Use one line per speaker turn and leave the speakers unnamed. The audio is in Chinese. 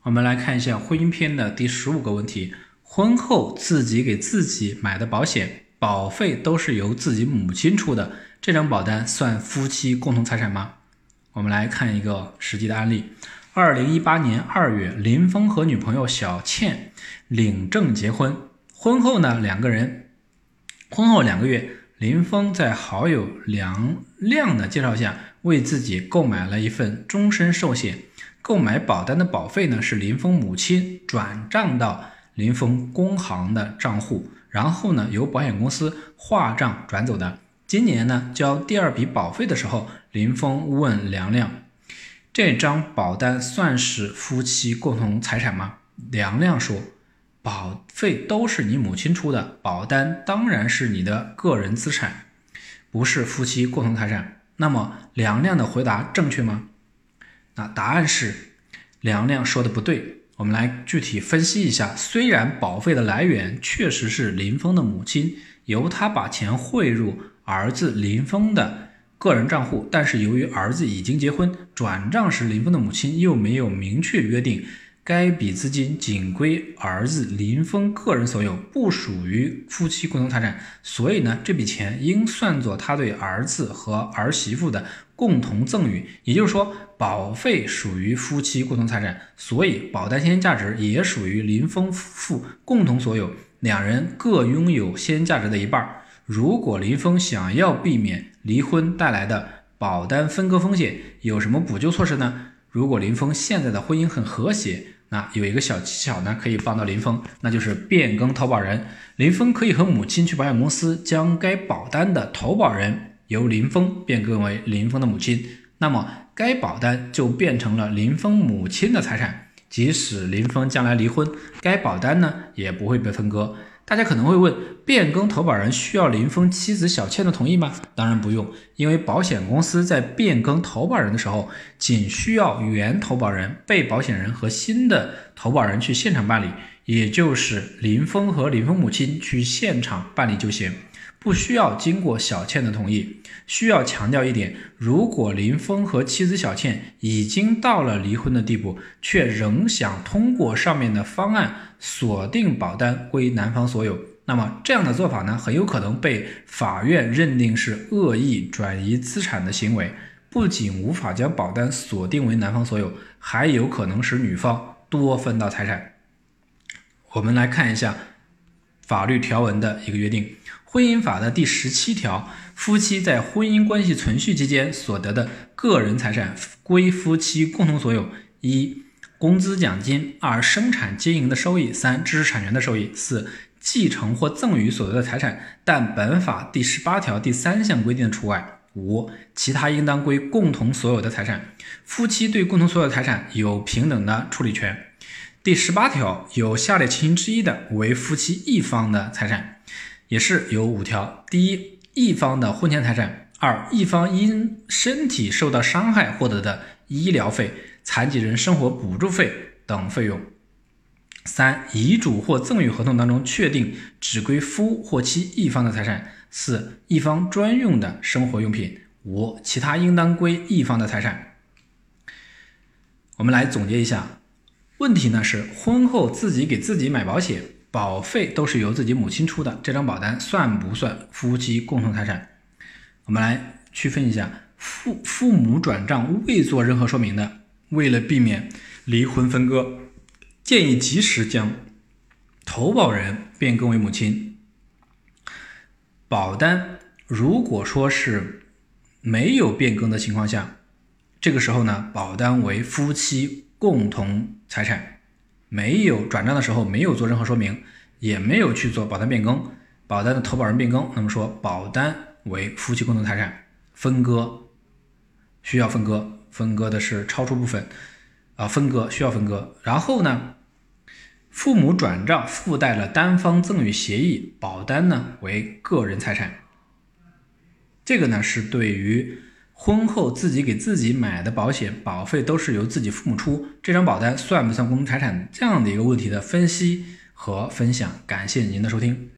我们来看一下婚姻篇的第15个问题：婚后自己给自己买的保险，保费都是由自己母亲出的，这张保单算夫妻共同财产吗？我们来看一个实际的案例。2018年2月，林峰和女朋友小倩领证结婚。婚后2个月，林峰在好友梁亮的介绍下，为自己购买了一份终身寿险。购买保单的保费是林峰母亲转账到林峰工行的账户，然后由保险公司划账转走的。今年交第二笔保费的时候，林峰问梁亮，这张保单算是夫妻共同财产吗？梁亮说，保费都是你母亲出的，保单当然是你的个人资产，不是夫妻共同财产。那么梁亮的回答正确吗？答案是梁亮说的不对。我们来具体分析一下。虽然保费的来源确实是林峰的母亲，由他把钱汇入儿子林峰的个人账户，但是由于儿子已经结婚，转账时林峰的母亲又没有明确约定该笔资金仅归儿子林峰个人所有，不属于夫妻共同财产，所以这笔钱应算作他对儿子和儿媳妇的共同赠与。也就是说，保费属于夫妻共同财产，所以保单先行价值也属于林峰夫妇共同所有，两人各拥有先行价值的一半。如果林峰想要避免离婚带来的保单分割风险，有什么补救措施呢？如果林峰现在的婚姻很和谐，有一个小技巧可以帮到林峰，那就是变更投保人。林峰可以和母亲去保险公司，将该保单的投保人由林峰变更为林峰的母亲，那么该保单就变成了林峰母亲的财产，即使林峰将来离婚，该保单也不会被分割。大家可能会问，变更投保人需要林峰妻子小倩的同意吗？当然不用，因为保险公司在变更投保人的时候，仅需要原投保人、被保险人和新的投保人去现场办理，也就是林峰和林峰母亲去现场办理就行，不需要经过小倩的同意。需要强调一点，如果林峰和妻子小倩已经到了离婚的地步，却仍想通过上面的方案锁定保单归男方所有，那么这样的做法很有可能被法院认定是恶意转移资产的行为，不仅无法将保单锁定为男方所有，还有可能使女方多分到财产。我们来看一下法律条文的一个约定。婚姻法的第17条，夫妻在婚姻关系存续期间所得的个人财产归夫妻共同所有：一、工资奖金；二、生产经营的收益；三、知识产权的收益；四、继承或赠与所得的财产，但本法第18条第3项规定的除外；五、其他应当归共同所有的财产。夫妻对共同所有的财产有平等的处理权。第18条，有下列情形之一的为夫妻一方的财产，也是有5条。第一，一方的婚前财产；二，一方因身体受到伤害获得的医疗费、残疾人生活补助费等费用；三，遗嘱或赠与合同当中确定只归夫或妻一方的财产；四，一方专用的生活用品；五，其他应当归一方的财产。我们来总结一下问题是，婚后自己给自己买保险，保费都是由自己母亲出的，这张保单算不算夫妻共同财产？我们来区分一下，父母转账未做任何说明的，为了避免离婚分割，建议及时将投保人变更为母亲。保单如果说是没有变更的情况下，这个时候保单为夫妻共同财产，没有转账的时候没有做任何说明，也没有去做保单变更，保单的投保人变更，那么说保单为夫妻共同财产，分割需要分割，分割的是超出部分分割需要分割。然后父母转账附带了单方赠与协议，保单为个人财产。这个是对于婚后自己给自己买的保险，保费都是由自己父母出，这张保单算不算共同财产，这样的一个问题的分析和分享。感谢您的收听。